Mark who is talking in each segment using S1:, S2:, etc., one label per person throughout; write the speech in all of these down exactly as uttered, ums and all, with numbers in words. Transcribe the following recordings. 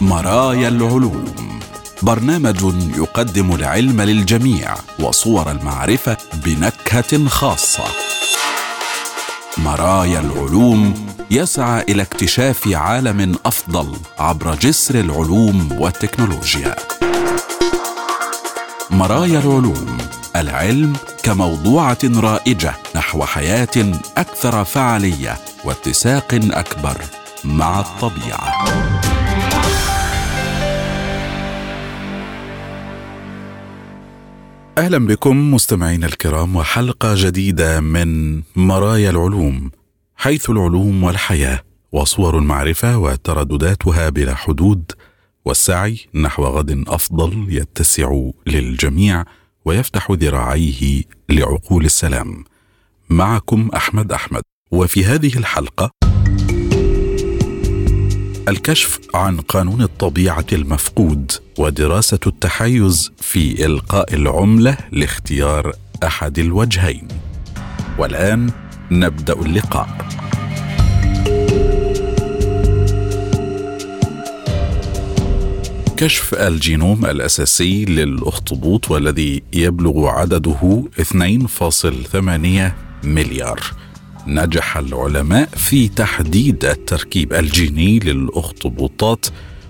S1: مرايا العلوم، برنامج يقدم العلم للجميع وصور المعرفة بنكهة خاصة. مرايا العلوم يسعى إلى اكتشاف عالم أفضل عبر جسر العلوم والتكنولوجيا. مرايا العلوم، العلم كموضوعة رائجة نحو حياة أكثر فعالية واتساق أكبر مع الطبيعة. أهلا بكم مستمعين الكرام، وحلقة جديدة من مرايا العلوم، حيث العلوم والحياة وصور المعرفة وتردداتها بلا حدود، والسعي نحو غد أفضل يتسع للجميع ويفتح ذراعيه لعقول السلام. معكم أحمد أحمد، وفي هذه الحلقة الكشف عن قانون الطبيعة المفقود ودراسة التحيز في إلقاء العملة لاختيار أحد الوجهين. والآن نبدأ اللقاء. كشف الجينوم الأساسي للأخطبوط والذي يبلغ عدده اثنين فاصلة ثمانية مليار. نجح العلماء في تحديد التركيب الجيني للأخطبوطات،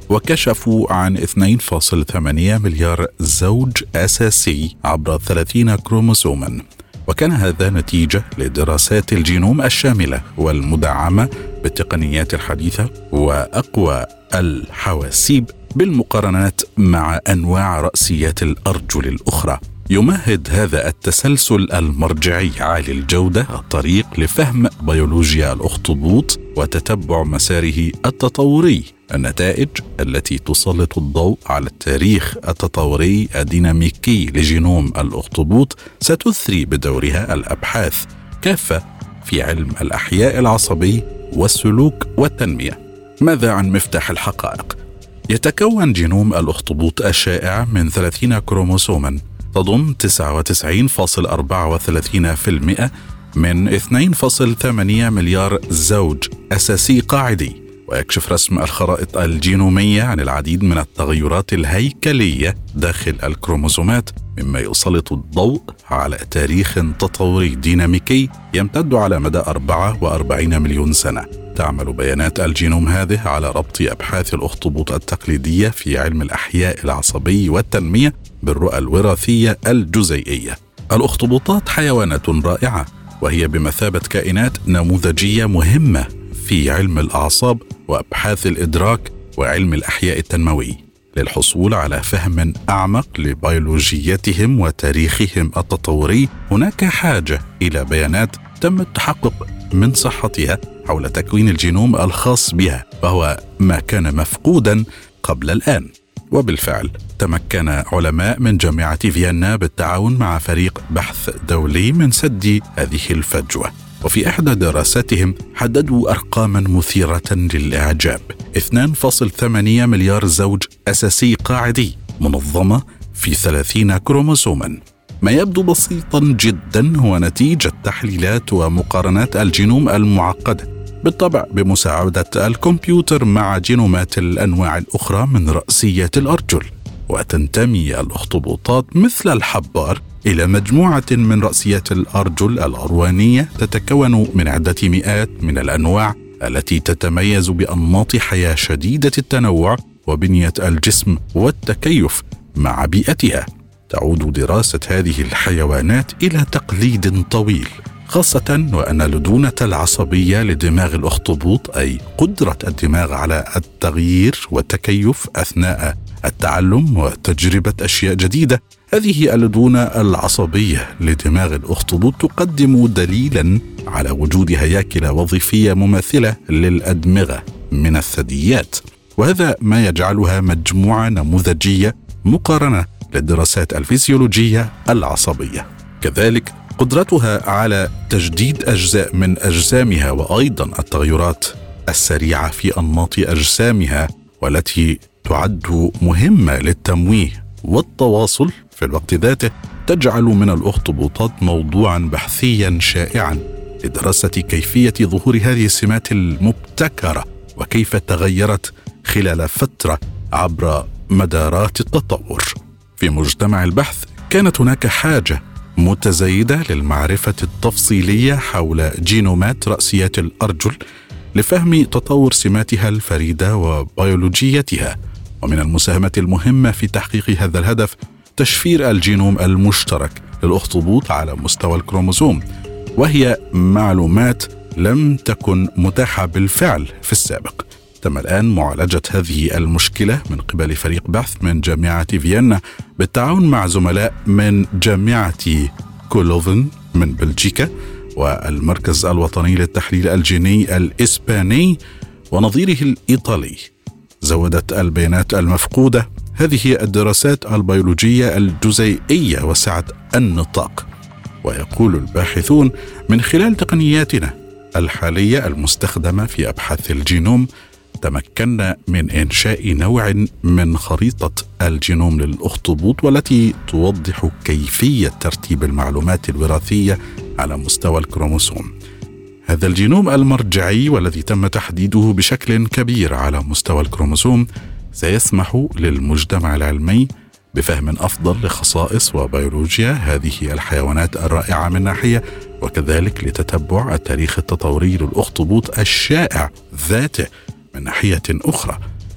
S1: وكشفوا عن اثنين فاصلة ثمانية مليار زوج أساسي عبر ثلاثين كروموسوما، وكان هذا نتيجة لدراسات الجينوم الشاملة والمدعمة بالتقنيات الحديثة وأقوى الحواسيب بالمقارنات مع أنواع رأسيات الأرجل الأخرى. يمهد هذا التسلسل المرجعي عالي الجودة الطريق لفهم بيولوجيا الأخطبوط وتتبع مساره التطوري. النتائج التي تسلط الضوء على التاريخ التطوري الديناميكي لجينوم الأخطبوط ستثري بدورها الأبحاث كافة في علم الأحياء العصبي والسلوك والتنمية. ماذا عن مفتاح الحقائق؟ يتكون جينوم الأخطبوط الشائع من ثلاثين كروموسوما تضم تسعة وتسعين فاصلة أربعة وثلاثين بالمئة من اثنين فاصلة ثمانية مليار زوج أساسي قاعدي، ويكشف رسم الخرائط الجينومية عن العديد من التغيرات الهيكلية داخل الكروموسومات، مما يسلط الضوء على تاريخ تطوري ديناميكي يمتد على مدى أربعة وأربعين مليون سنة. تعمل بيانات الجينوم هذه على ربط أبحاث الأخطبوط التقليدية في علم الأحياء العصبي والتنمية بالرؤى الوراثية الجزيئية. الأخطبوطات حيوانات رائعة، وهي بمثابة كائنات نموذجية مهمة في علم الأعصاب وأبحاث الإدراك وعلم الأحياء التنموي. للحصول على فهم أعمق لبيولوجيتهم وتاريخهم التطوري، هناك حاجة إلى بيانات تم التحقق من صحتها حول تكوين الجينوم الخاص بها، وهو ما كان مفقودا قبل الآن. وبالفعل تمكن علماء من جامعة فيينا بالتعاون مع فريق بحث دولي من سد هذه الفجوة، وفي إحدى دراساتهم حددوا أرقاما مثيرة للإعجاب: اثنين فاصلة ثمانية مليار زوج أساسي قاعدي منظمة في ثلاثين كروموسوما. ما يبدو بسيطا جدا هو نتيجة تحليلات ومقارنات الجينوم المعقدة، بالطبع بمساعدة الكمبيوتر مع جينومات الأنواع الأخرى من رأسيات الأرجل. وتنتمي الأخطبوطات مثل الحبار إلى مجموعة من رأسيات الأرجل الأروانية تتكون من عدة مئات من الأنواع التي تتميز بأنماط حياة شديدة التنوع وبنية الجسم والتكيف مع بيئتها. تعود دراسة هذه الحيوانات إلى تقليد طويل، خاصة وأن اللدونة العصبية لدماغ الأخطبوط، أي قدرة الدماغ على التغيير والتكيف أثناء التعلم وتجربة أشياء جديدة، هذه اللدونة العصبية لدماغ الأخطبوط تقدم دليلا على وجود هياكل وظيفية مماثلة للأدمغة من الثدييات، وهذا ما يجعلها مجموعة نموذجية مقارنة للدراسات الفسيولوجية العصبية. كذلك قدرتها على تجديد أجزاء من أجسامها، وأيضا التغيرات السريعة في أنماط أجسامها والتي تعد مهمة للتمويه والتواصل في الوقت ذاته، تجعل من الأخطبوطات موضوعا بحثيا شائعا لدراسة كيفية ظهور هذه السمات المبتكرة وكيف تغيرت خلال فترة عبر مدارات التطور. في مجتمع البحث كانت هناك حاجة متزايدة للمعرفة التفصيلية حول جينومات رأسيات الأرجل لفهم تطور سماتها الفريدة وبيولوجيتها. ومن المساهمات المهمة في تحقيق هذا الهدف تشفير الجينوم المشترك للأخطبوط على مستوى الكروموسوم، وهي معلومات لم تكن متاحة بالفعل في السابق. تم الآن معالجة هذه المشكلة من قبل فريق بحث من جامعة فيينا بالتعاون مع زملاء من جامعة كولوفن من بلجيكا والمركز الوطني للتحليل الجيني الإسباني ونظيره الإيطالي. زودت البيانات المفقودة هذه الدراسات البيولوجية الجزيئية وسعة النطاق. ويقول الباحثون من خلال تقنياتنا الحالية المستخدمة في أبحاث الجينوم تمكنا من إنشاء نوع من خريطة الجينوم للأخطبوط والتي توضح كيفية ترتيب المعلومات الوراثية على مستوى الكروموسوم. هذا الجينوم المرجعي والذي تم تحديده بشكل كبير على مستوى الكروموسوم سيسمح للمجتمع العلمي بفهم أفضل لخصائص وبيولوجيا هذه الحيوانات الرائعة من ناحية، وكذلك لتتبع التاريخ التطوري للأخطبوط الشائع ذاته من ناحية أخرى.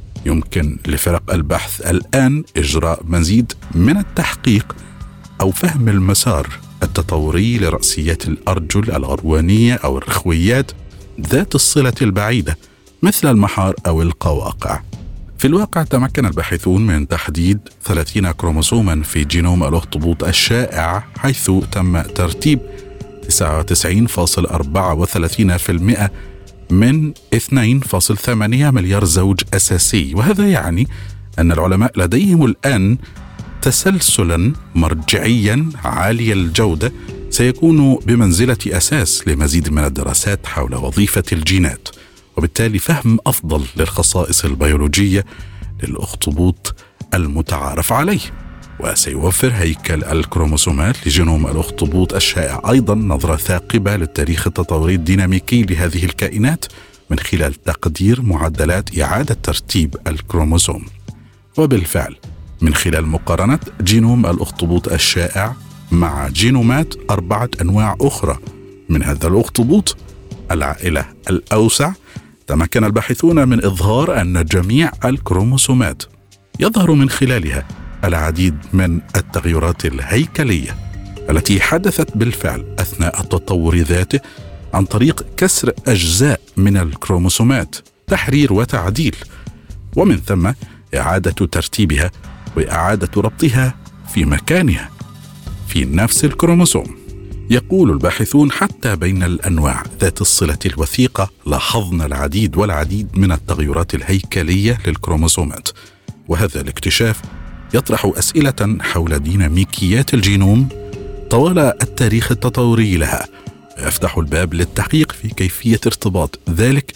S1: يمكن لفرق البحث الآن إجراء مزيد من التحقيق أو فهم المسار التطوري لرأسيات الأرجل الأروانية أو الرخويات ذات الصلة البعيدة مثل المحار أو القواقع. في الواقع تمكن الباحثون من تحديد ثلاثين كروموسوما في جينوم الأخطبوط الشائع، حيث تم ترتيب تسعة وتسعين فاصلة أربعة وثلاثين بالمئة من اثنين فاصلة ثمانية مليار زوج أساسي. وهذا يعني أن العلماء لديهم الآن تسلسلا مرجعيا عالي الجودة سيكون بمنزلة أساس لمزيد من الدراسات حول وظيفة الجينات، وبالتالي فهم أفضل للخصائص البيولوجية للأخطبوط المتعارف عليه. وسيوفر هيكل الكروموسومات لجينوم الأخطبوط الشائع أيضا نظرة ثاقبة للتاريخ التطوري الديناميكي لهذه الكائنات من خلال تقدير معدلات إعادة ترتيب الكروموسوم. وبالفعل من خلال مقارنة جينوم الأخطبوط الشائع مع جينومات أربعة أنواع أخرى من هذا الأخطبوط العائلة الأوسع، تمكن الباحثون من إظهار أن جميع الكروموسومات يظهر من خلالها العديد من التغيرات الهيكلية التي حدثت بالفعل أثناء التطور ذاته عن طريق كسر أجزاء من الكروموسومات، تحرير وتعديل، ومن ثم إعادة ترتيبها وإعادة ربطها في مكانها في نفس الكروموسوم. يقول الباحثون حتى بين الأنواع ذات الصلة الوثيقة لاحظنا العديد والعديد من التغيرات الهيكلية للكروموسومات، وهذا الاكتشاف يطرح أسئلة حول ديناميكيات الجينوم طوال التاريخ التطوري لها، ويفتح الباب للتحقيق في كيفية ارتباط ذلك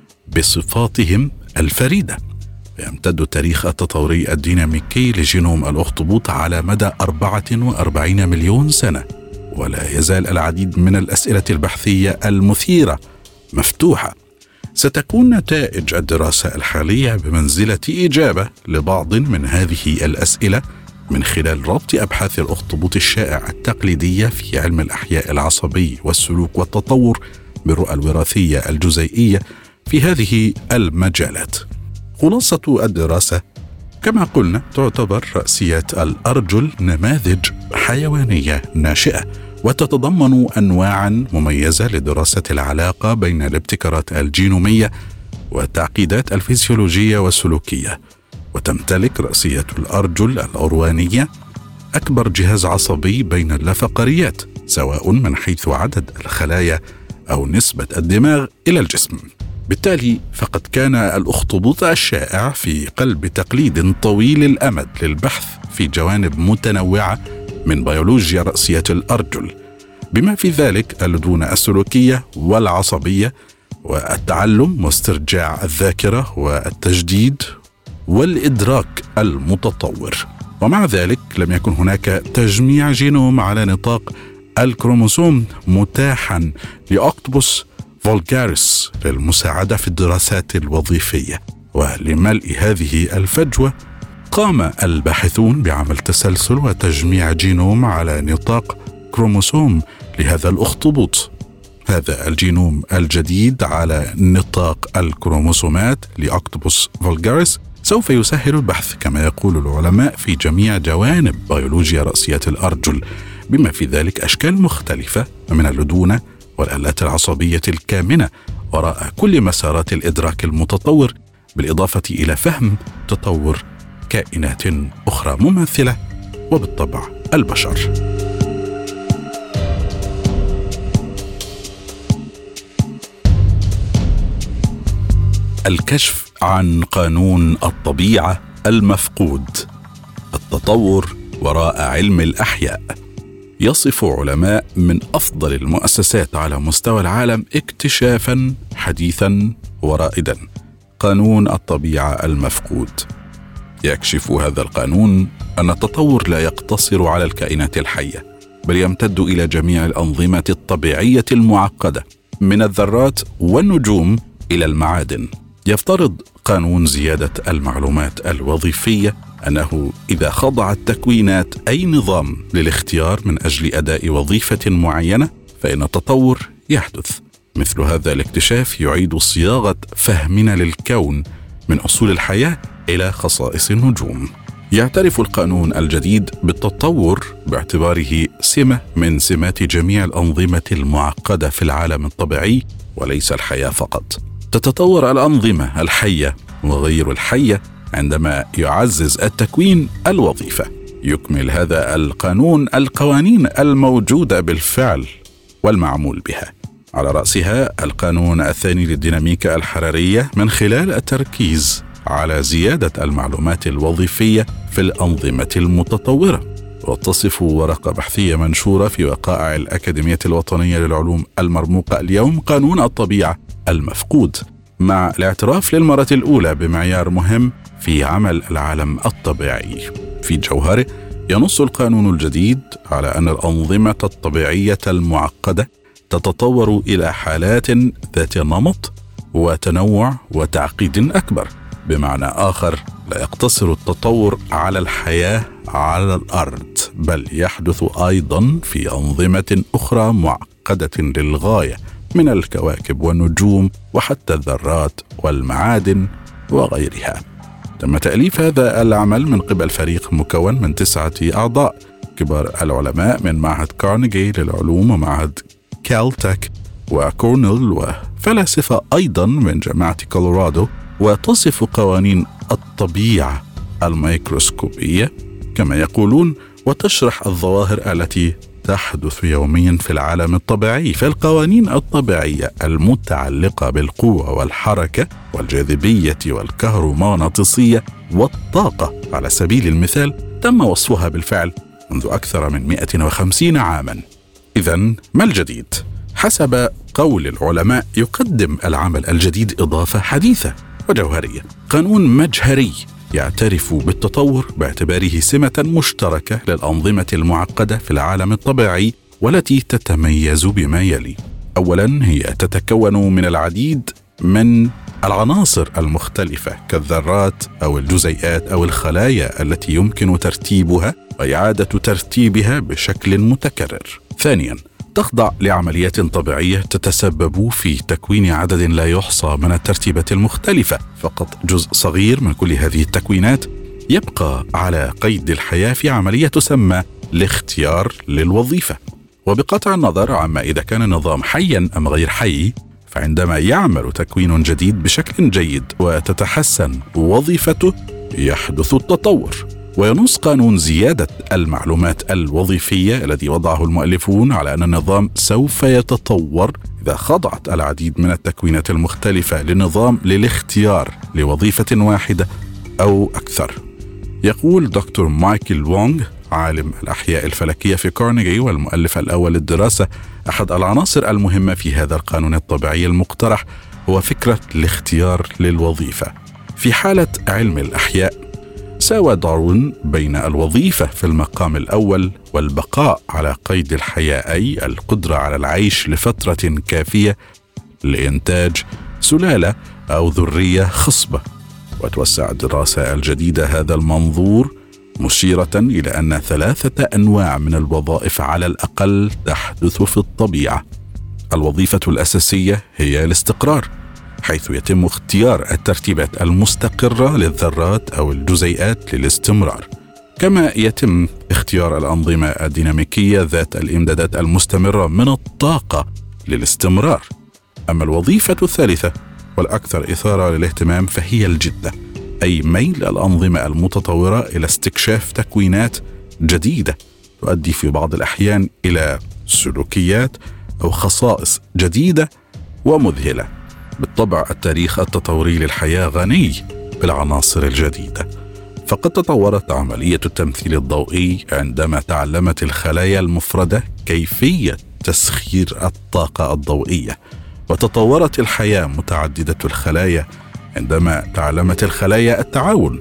S1: بصفاتهم الفريدة. ويمتد التاريخ التطوري الديناميكي لجينوم الأخطبوط على مدى أربعة وأربعين مليون سنة، ولا يزال العديد من الأسئلة البحثية المثيرة مفتوحة. ستكون نتائج الدراسة الحالية بمنزلة إجابة لبعض من هذه الأسئلة من خلال ربط أبحاث الأخطبوط الشائع التقليدية في علم الأحياء العصبي والسلوك والتطور بالرؤى الوراثية الجزيئية في هذه المجالات. خلاصة الدراسة كما قلنا تعتبر رأسيات الأرجل نماذج حيوانية ناشئة، وتتضمن أنواعا مميزة لدراسة العلاقة بين الابتكارات الجينومية والتعقيدات الفسيولوجية والسلوكية. وتمتلك رأسية الأرجل الأروانية أكبر جهاز عصبي بين اللافقاريات، سواء من حيث عدد الخلايا أو نسبة الدماغ إلى الجسم. بالتالي فقد كان الأخطبوط الشائع في قلب تقليد طويل الأمد للبحث في جوانب متنوعة من بيولوجيا رأسية الأرجل، بما في ذلك اللدونة السلوكية والعصبية والتعلم واسترجاع الذاكرة والتجديد والإدراك المتطور. ومع ذلك لم يكن هناك تجميع جينوم على نطاق الكروموسوم متاحا لأوكتوبوس فولغاريس للمساعدة في الدراسات الوظيفية. ولملء هذه الفجوة قام الباحثون بعمل تسلسل وتجميع جينوم على نطاق كروموسوم لهذا الأخطبوط. هذا الجينوم الجديد على نطاق الكروموسومات لأوكتوبوس فولغاريس سوف يسهل البحث كما يقول العلماء في جميع جوانب بيولوجيا رأسية الأرجل، بما في ذلك أشكال مختلفة من اللدونة والآلات العصبية الكامنة وراء كل مسارات الإدراك المتطور، بالإضافة إلى فهم تطور كائنات أخرى مماثلة وبالطبع البشر. الكشف عن قانون الطبيعة المفقود، التطور وراء علم الأحياء. يصف علماء من أفضل المؤسسات على مستوى العالم اكتشافاً حديثاً ورائداً قانون الطبيعة المفقود. يكشف هذا القانون أن التطور لا يقتصر على الكائنات الحية، بل يمتد إلى جميع الأنظمة الطبيعية المعقدة من الذرات والنجوم إلى المعادن. يفترض قانون زيادة المعلومات الوظيفية أنه إذا خضعت تكوينات أي نظام للاختيار من أجل أداء وظيفة معينة فإن التطور يحدث. مثل هذا الاكتشاف يعيد صياغة فهمنا للكون من أصول الحياة إلى خصائص النجوم. يعترف القانون الجديد بالتطور باعتباره سمة من سمات جميع الأنظمة المعقدة في العالم الطبيعي وليس الحياة فقط. تتطور الأنظمة الحية وغير الحية عندما يعزز التكوين الوظيفة. يكمل هذا القانون القوانين الموجودة بالفعل والمعمول بها، على رأسها القانون الثاني للديناميكا الحرارية من خلال التركيز على زيادة المعلومات الوظيفية في الأنظمة المتطورة. وتصف ورقة بحثية منشورة في وقائع الأكاديمية الوطنية للعلوم المرموقة اليوم قانون الطبيعة المفقود، مع الاعتراف للمرة الأولى بمعيار مهم في عمل العالم الطبيعي. في جوهره ينص القانون الجديد على أن الأنظمة الطبيعية المعقدة تتطور إلى حالات ذات نمط وتنوع وتعقيد أكبر. بمعنى آخر، لا يقتصر التطور على الحياة على الأرض، بل يحدث أيضا في أنظمة أخرى معقدة للغاية من الكواكب والنجوم وحتى الذرات والمعادن وغيرها. تم تأليف هذا العمل من قبل فريق مكون من تسعة أعضاء كبار العلماء من معهد كارنيجي للعلوم ومعهد كالتك وكورنيل، وفلاسفة أيضا من جامعة كولورادو. وتصف قوانين الطبيعة الميكروسكوبية كما يقولون، وتشرح الظواهر التي تحدث يوميا في العالم الطبيعي. فالقوانين الطبيعية المتعلقة بالقوة والحركة والجاذبية والكهرومغناطيسية والطاقة على سبيل المثال تم وصفها بالفعل منذ أكثر من مئة وخمسين عاما. إذن ما الجديد؟ حسب قول العلماء يقدم العمل الجديد إضافة حديثة وجوهرية، قانون مجهري يعترف بالتطور باعتباره سمة مشتركة للأنظمة المعقدة في العالم الطبيعي، والتي تتميز بما يلي. أولا، هي تتكون من العديد من العناصر المختلفة كالذرات أو الجزيئات أو الخلايا التي يمكن ترتيبها وإعادة ترتيبها بشكل متكرر. ثانيا، تخضع لعمليات طبيعية تتسبب في تكوين عدد لا يحصى من الترتيبات المختلفة. فقط جزء صغير من كل هذه التكوينات يبقى على قيد الحياة في عملية تسمى الاختيار للوظيفة. وبقطع النظر عما إذا كان النظام حيا أم غير حي، فعندما يعمل تكوين جديد بشكل جيد وتتحسن وظيفته يحدث التطور. وينص قانون زيادة المعلومات الوظيفية الذي وضعه المؤلفون على أن النظام سوف يتطور إذا خضعت العديد من التكوينات المختلفة للنظام للاختيار لوظيفة واحدة أو أكثر. يقول دكتور مايكل وونغ عالم الأحياء الفلكية في كارنيجي والمؤلف الأول للدراسة، أحد العناصر المهمة في هذا القانون الطبيعي المقترح هو فكرة الاختيار للوظيفة. في حالة علم الأحياء ساوى داروين بين الوظيفة في المقام الأول والبقاء على قيد الحياة، أي القدرة على العيش لفترة كافية لإنتاج سلالة أو ذرية خصبة. وتوسع الدراسة الجديدة هذا المنظور مشيرة إلى أن ثلاثة أنواع من الوظائف على الأقل تحدث في الطبيعة. الوظيفة الأساسية هي الاستقرار، حيث يتم اختيار الترتيبات المستقرة للذرات أو الجزيئات للاستمرار، كما يتم اختيار الأنظمة الديناميكية ذات الإمدادات المستمرة من الطاقة للاستمرار. أما الوظيفة الثالثة والأكثر إثارة للاهتمام فهي الجدة، أي ميل الأنظمة المتطورة إلى استكشاف تكوينات جديدة تؤدي في بعض الأحيان إلى سلوكيات أو خصائص جديدة ومذهلة. بالطبع التاريخ التطوري للحياة غني بالعناصر الجديدة، فقد تطورت عملية التمثيل الضوئي عندما تعلمت الخلايا المفردة كيفية تسخير الطاقة الضوئية، وتطورت الحياة متعددة الخلايا عندما تعلمت الخلايا التعاون،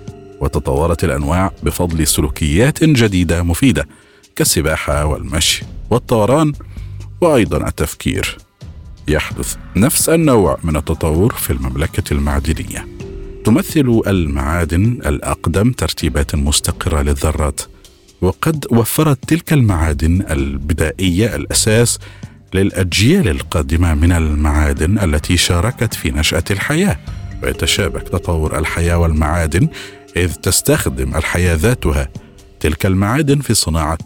S1: وتطورت الأنواع بفضل سلوكيات جديدة مفيدة كالسباحة والمشي والطوران وأيضا التفكير. يحدث نفس النوع من التطور في المملكة المعدنية. تمثل المعادن الأقدم ترتيبات مستقرة للذرات، وقد وفرت تلك المعادن البدائية الأساس للأجيال القادمة من المعادن التي شاركت في نشأة الحياة. ويتشابك تطور الحياة والمعادن إذ تستخدم الحياة ذاتها تلك المعادن في صناعة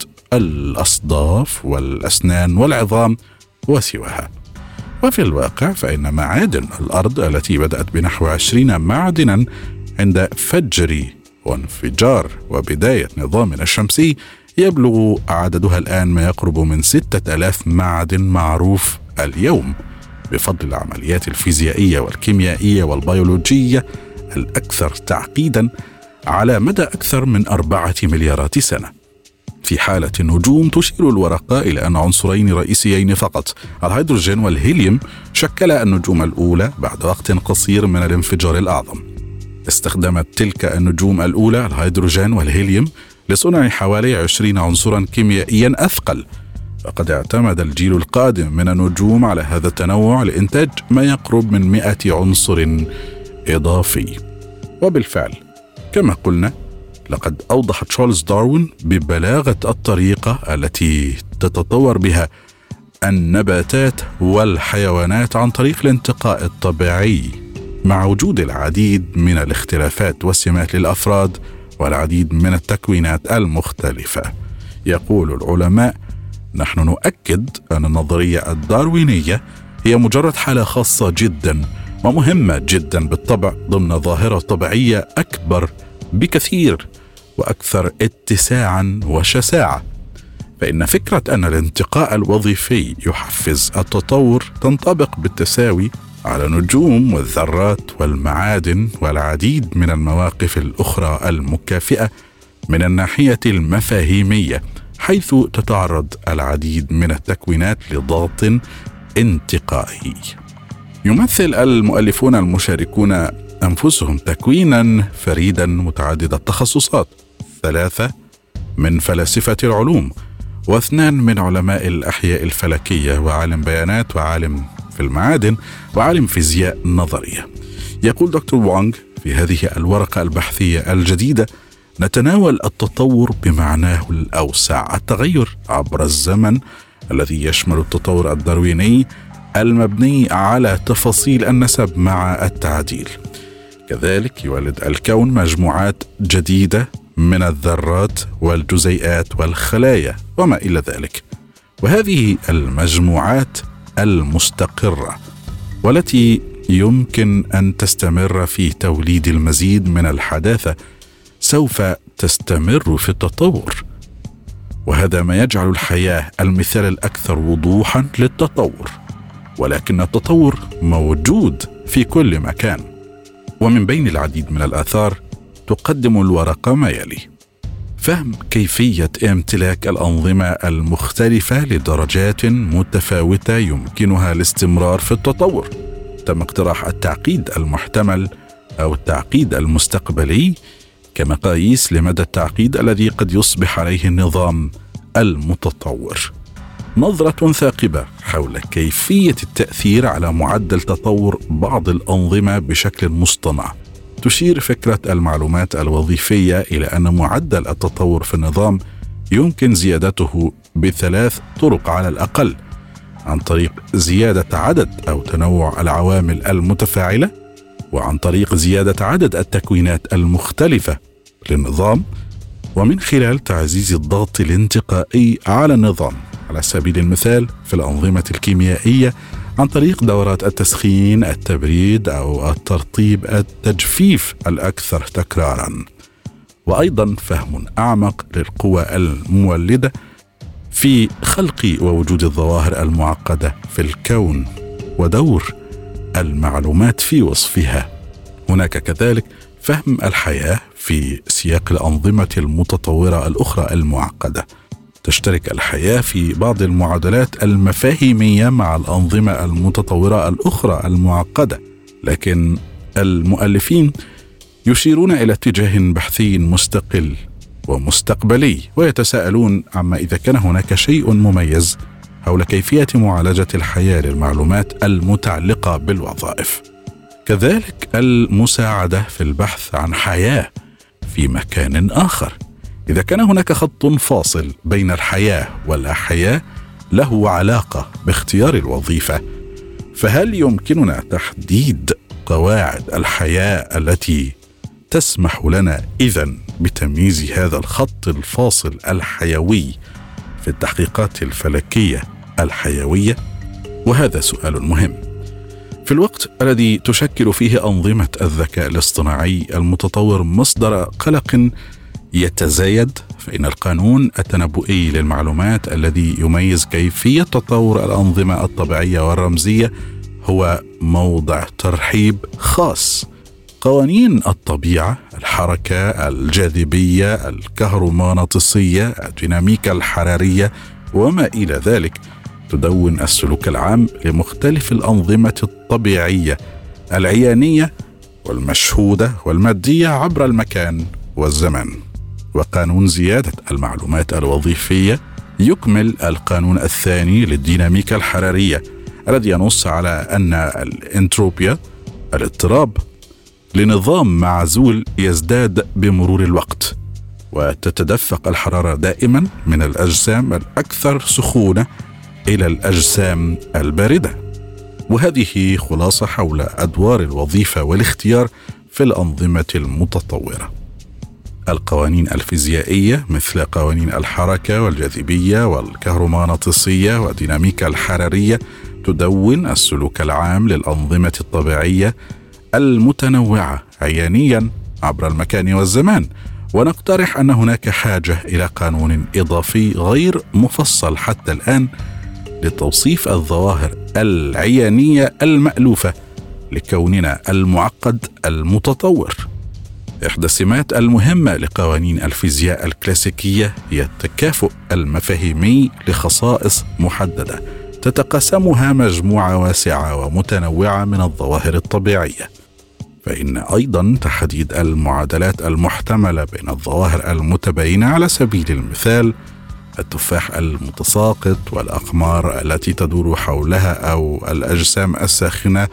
S1: الأصداف والأسنان والعظام وسواها. وفي الواقع فإن معادن الأرض التي بدأت بنحو عشرين معدنا عند فجر وانفجار وبداية نظامنا الشمسي يبلغ عددها الآن ما يقرب من ستة آلاف معدن معروف اليوم، بفضل العمليات الفيزيائية والكيميائية والبيولوجية الأكثر تعقيدا على مدى أكثر من أربعة مليارات سنة. في حالة النجوم تشير الورقة إلى أن عنصرين رئيسيين فقط، الهيدروجين والهيليوم، شكلا النجوم الأولى بعد وقت قصير من الانفجار الأعظم. استخدمت تلك النجوم الأولى الهيدروجين والهيليوم لصنع حوالي عشرين عنصرا كيميائيا أثقل، وقد اعتمد الجيل القادم من النجوم على هذا التنوع لإنتاج ما يقرب من مئة عنصر إضافي. وبالفعل كما قلنا لقد أوضح تشارلز داروين ببلاغة الطريقة التي تتطور بها النباتات والحيوانات عن طريق الانتقاء الطبيعي، مع وجود العديد من الاختلافات والسمات للأفراد والعديد من التكوينات المختلفة. يقول العلماء: نحن نؤكد أن النظرية الداروينية هي مجرد حالة خاصة جدا ومهمة جدا بالطبع ضمن ظاهرة طبيعية أكبر بكثير وأكثر اتساعا وشساعة. فإن فكرة أن الانتقاء الوظيفي يحفز التطور تنطبق بالتساوي على النجوم والذرات والمعادن والعديد من المواقف الأخرى المكافئة من الناحية المفاهيمية، حيث تتعرض العديد من التكوينات لضغط انتقائي. يمثل المؤلفون المشاركون أنفسهم تكوينا فريدا متعدد التخصصات، ثلاثة من فلاسفة العلوم واثنان من علماء الأحياء الفلكية وعالم بيانات وعالم في المعادن وعالم فيزياء نظرية. يقول دكتور وانغ في هذه الورقة البحثية الجديدة: نتناول التطور بمعناه الأوسع، التغير عبر الزمن الذي يشمل التطور الدارويني المبني على تفاصيل النسب مع التعديل. كذلك يولد الكون مجموعات جديدة من الذرات والجزيئات والخلايا وما إلى ذلك، وهذه المجموعات المستقرة والتي يمكن أن تستمر في توليد المزيد من الحداثة سوف تستمر في التطور، وهذا ما يجعل الحياة المثال الأكثر وضوحا للتطور. ولكن التطور موجود في كل مكان، ومن بين العديد من الآثار تقدم الورقة ما يلي: فهم كيفية امتلاك الأنظمة المختلفة لدرجات متفاوتة يمكنها الاستمرار في التطور. تم اقتراح التعقيد المحتمل أو التعقيد المستقبلي كمقاييس لمدى التعقيد الذي قد يصبح عليه النظام المتطور. نظرة ثاقبة حول كيفية التأثير على معدل تطور بعض الأنظمة بشكل مصطنع، تشير فكرة المعلومات الوظيفية إلى أن معدل التطور في النظام يمكن زيادته بثلاث طرق على الأقل: عن طريق زيادة عدد أو تنوع العوامل المتفاعلة، وعن طريق زيادة عدد التكوينات المختلفة للنظام، ومن خلال تعزيز الضغط الانتقائي على النظام. على سبيل المثال في الأنظمة الكيميائية عن طريق دورات التسخين، التبريد أو الترطيب، التجفيف الأكثر تكراراً. وأيضاً فهم أعمق للقوى المولدة في خلق ووجود الظواهر المعقدة في الكون ودور المعلومات في وصفها. هناك كذلك فهم الحياة في سياق الأنظمة المتطورة الأخرى المعقدة. تشترك الحياة في بعض المعادلات المفاهيمية مع الأنظمة المتطورة الأخرى المعقدة، لكن المؤلفين يشيرون إلى اتجاه بحثي مستقل ومستقبلي، ويتساءلون عما إذا كان هناك شيء مميز حول كيفية معالجة الحياة للمعلومات المتعلقة بالوظائف. كذلك المساعدة في البحث عن حياة في مكان آخر. إذا كان هناك خط فاصل بين الحياة واللا حياة له علاقة باختيار الوظيفة، فهل يمكننا تحديد قواعد الحياة التي تسمح لنا إذن بتمييز هذا الخط الفاصل الحيوي في التحقيقات الفلكية الحيوية؟ وهذا سؤال مهم. في الوقت الذي تشكل فيه أنظمة الذكاء الاصطناعي المتطور مصدر قلق يتزايد، فإن القانون التنبؤي للمعلومات الذي يميز كيفية تطور الأنظمة الطبيعية والرمزية هو موضع ترحيب خاص. قوانين الطبيعة، الحركة، الجاذبية، الكهرومغناطيسية، الديناميكا الحرارية وما إلى ذلك تدون السلوك العام لمختلف الأنظمة الطبيعية العيانية والمشهودة والمادية عبر المكان والزمن. وقانون زيادة المعلومات الوظيفية يكمل القانون الثاني للديناميكا الحرارية الذي ينص على أن الانتروبيا، الاضطراب، لنظام معزول يزداد بمرور الوقت، وتتدفق الحرارة دائما من الأجسام الأكثر سخونة إلى الأجسام الباردة. وهذه خلاصة حول أدوار الوظيفة والاختيار في الأنظمة المتطورة. القوانين الفيزيائية مثل قوانين الحركة والجاذبية والكهرومغناطيسية والديناميكا الحرارية تدون السلوك العام للأنظمة الطبيعية المتنوعة عيانيا عبر المكان والزمان. ونقترح أن هناك حاجة إلى قانون إضافي غير مفصل حتى الآن لتوصيف الظواهر العيانية المألوفة لكوننا المعقد المتطور. إحدى السمات المهمة لقوانين الفيزياء الكلاسيكية هي التكافؤ المفاهيمي لخصائص محددة تتقاسمها مجموعة واسعة ومتنوعة من الظواهر الطبيعية. فإن أيضا تحديد المعادلات المحتملة بين الظواهر المتباينة، على سبيل المثال التفاح المتساقط والأقمار التي تدور حولها أو الأجسام الساخنة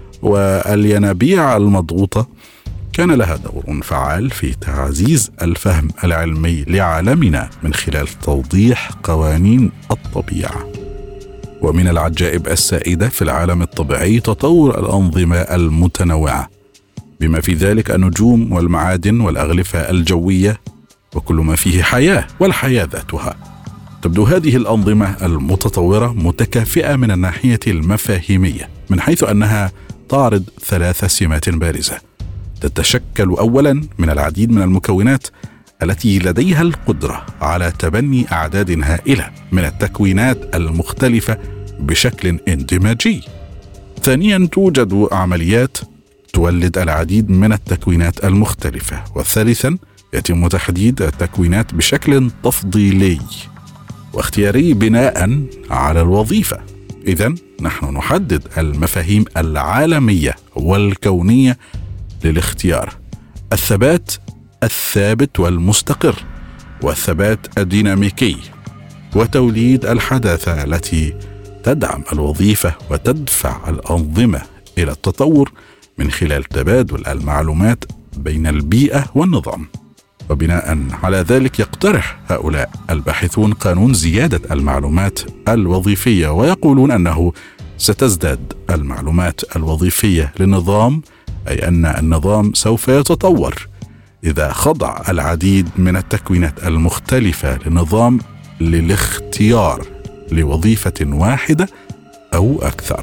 S1: والينابيع المضغوطة، كان لها دور فعال في تعزيز الفهم العلمي لعالمنا من خلال توضيح قوانين الطبيعة. ومن العجائب السائدة في العالم الطبيعي تطور الأنظمة المتنوعة، بما في ذلك النجوم والمعادن والأغلفة الجوية وكل ما فيه حياة والحياة ذاتها. تبدو هذه الأنظمة المتطورة متكافئة من الناحية المفاهيمية، من حيث أنها تعرض ثلاث سمات بارزة. تتشكل أولا من العديد من المكونات التي لديها القدرة على تبني أعداد هائلة من التكوينات المختلفة بشكل اندماجي. ثانيا توجد عمليات تولد العديد من التكوينات المختلفة. وثالثا يتم تحديد التكوينات بشكل تفضيلي واختياري بناء على الوظيفة. إذن نحن نحدد المفاهيم العالمية والكونية للاختيار: الثبات الثابت والمستقر، والثبات الديناميكي، وتوليد الحداثة التي تدعم الوظيفة وتدفع الأنظمة إلى التطور من خلال تبادل المعلومات بين البيئة والنظام. وبناء على ذلك يقترح هؤلاء الباحثون قانون زيادة المعلومات الوظيفية، ويقولون أنه ستزداد المعلومات الوظيفية للنظام، أي أن النظام سوف يتطور إذا خضع العديد من التكوينات المختلفة للنظام للاختيار لوظيفة واحدة أو أكثر.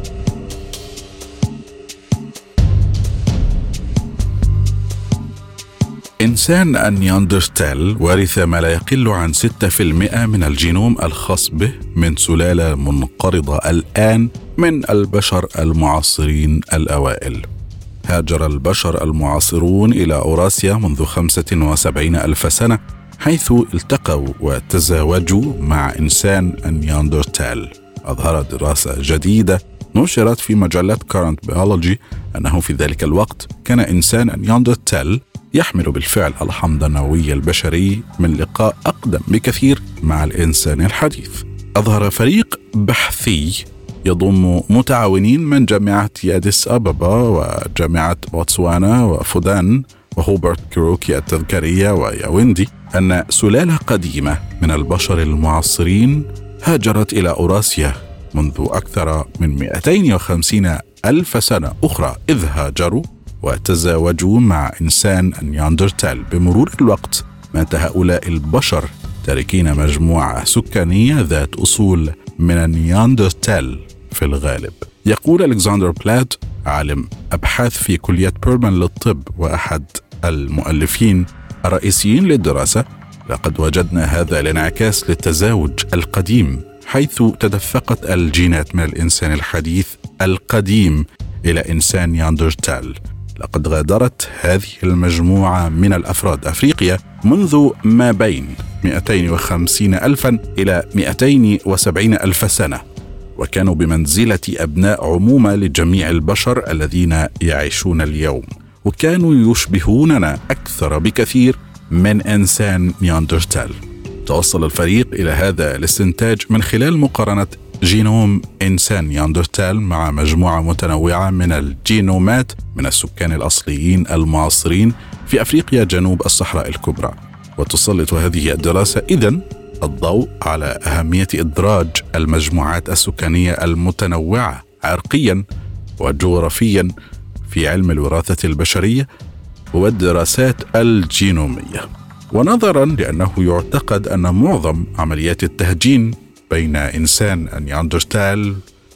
S1: إنسان النياندرتال ورث ما لا يقل عن ستة بالمئة من الجينوم الخاص به من سلالة منقرضة الآن من البشر المعاصرين الأوائل. هاجر البشر المعاصرون إلى أوراسيا منذ خمسة وسبعين ألف سنة، حيث التقوا وتزاوجوا مع إنسان النياندرتال. أظهرت دراسة جديدة نشرت في مجلة Current Biology أنه في ذلك الوقت كان إنسان النياندرتال يحمل بالفعل الحمض النووي البشري من لقاء أقدم بكثير مع الإنسان الحديث. أظهر فريق بحثي يضم متعاونين من جامعة ياديس أبابا وجامعة بوتسوانا وفودان وهوبرت كيروكي التذكارية وياوندي أن سلالة قديمة من البشر المعاصرين هاجرت إلى أوراسيا منذ أكثر من مئتين وخمسين ألف سنة أخرى، إذ هاجروا وتزاوجوا مع إنسان النياندرتال. بمرور الوقت مات هؤلاء البشر تاركين مجموعة سكانية ذات أصول من النياندرتال في الغالب. يقول ألكسندر بلات عالم أبحاث في كلية بيرمان للطب وأحد المؤلفين الرئيسيين للدراسة: لقد وجدنا هذا الانعكاس للتزاوج القديم، حيث تدفقت الجينات من الإنسان الحديث القديم إلى إنسان نياندرتال. لقد غادرت هذه المجموعة من الأفراد أفريقيا منذ ما بين مئتين وخمسين ألفا إلى مئتين وسبعين ألف سنة، وكانوا بمنزلة أبناء عمومة لجميع البشر الذين يعيشون اليوم، وكانوا يشبهوننا أكثر بكثير من إنسان نياندرتال. توصل الفريق إلى هذا الاستنتاج من خلال مقارنة جينوم إنسان نياندرتال مع مجموعة متنوعة من الجينومات من السكان الأصليين المعاصرين في أفريقيا جنوب الصحراء الكبرى. وتسلط هذه الدراسة إذن الضوء على أهمية إدراج المجموعات السكانية المتنوعة عرقيا وجغرافيا في علم الوراثة البشرية والدراسات الجينومية. ونظرا لأنه يعتقد أن معظم عمليات التهجين بين إنسان النياندرتال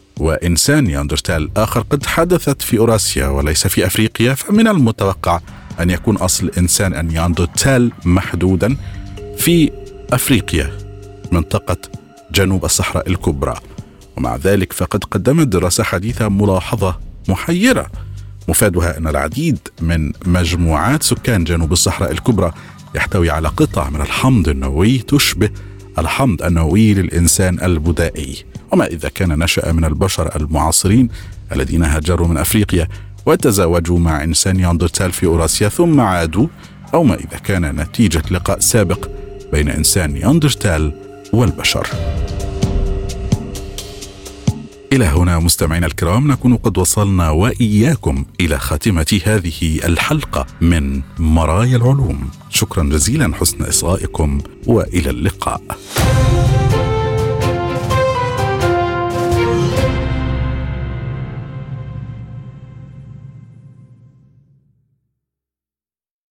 S1: وإنسان نياندرتال آخر قد حدثت في أوراسيا وليس في أفريقيا، فمن المتوقع أن يكون أصل إنسان النياندرتال محدودا في أفريقيا منطقة جنوب الصحراء الكبرى. ومع ذلك فقد قدمت دراسة حديثة ملاحظة محيرة مفادها أن العديد من مجموعات سكان جنوب الصحراء الكبرى يحتوي على قطع من الحمض النووي تشبه الحمض النووي للإنسان البدائي. وما إذا كان نشأ من البشر المعاصرين الذين هاجروا من أفريقيا وتزاوجوا مع إنسان نياندرتال في أوراسيا ثم عادوا، أو ما إذا كان نتيجة لقاء سابق بين إنسان نياندرتال والبشر. إلى هنا مستمعينا الكرام نكون قد وصلنا وإياكم إلى خاتمة هذه الحلقة من مرايا العلوم. شكرا جزيلا حسن إصغائكم وإلى اللقاء.